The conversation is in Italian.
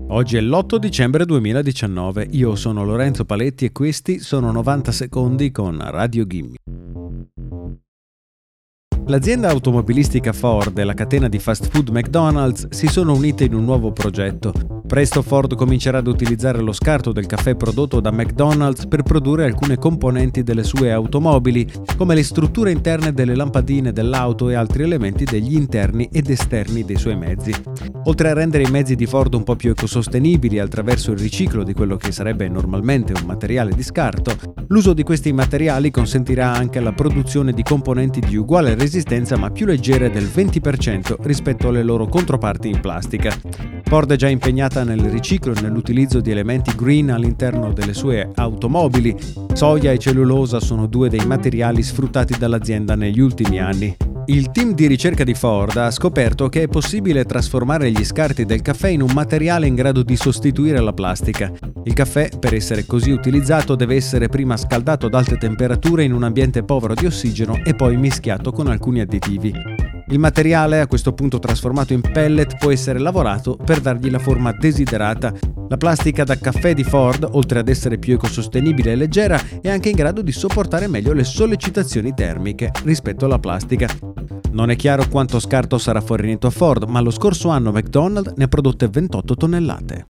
Oggi è l'8 dicembre 2019, io sono Lorenzo Paletti e questi sono 90 secondi con Radio Gimme. L'azienda automobilistica Ford e la catena di fast food McDonald's si sono unite in un nuovo progetto. Presto Ford comincerà ad utilizzare lo scarto del caffè prodotto da McDonald's per produrre alcune componenti delle sue automobili, come le strutture interne delle lampadine dell'auto e altri elementi degli interni ed esterni dei suoi mezzi. Oltre a rendere i mezzi di Ford un po' più ecosostenibili attraverso il riciclo di quello che sarebbe normalmente un materiale di scarto, l'uso di questi materiali consentirà anche la produzione di componenti di uguale resistenza ma più leggere del 20% rispetto alle loro controparti in plastica. Ford è già impegnata nel riciclo e nell'utilizzo di elementi green all'interno delle sue automobili. Soia e cellulosa sono due dei materiali sfruttati dall'azienda negli ultimi anni. Il team di ricerca di Ford ha scoperto che è possibile trasformare gli scarti del caffè in un materiale in grado di sostituire la plastica. Il caffè, per essere così utilizzato, deve essere prima scaldato ad alte temperature in un ambiente povero di ossigeno e poi mischiato con alcuni additivi. Il materiale, a questo punto trasformato in pellet, può essere lavorato per dargli la forma desiderata. La plastica da caffè di Ford, oltre ad essere più ecosostenibile e leggera, è anche in grado di sopportare meglio le sollecitazioni termiche rispetto alla plastica. Non è chiaro quanto scarto sarà fornito a Ford, ma lo scorso anno McDonald's ne ha prodotte 28 tonnellate.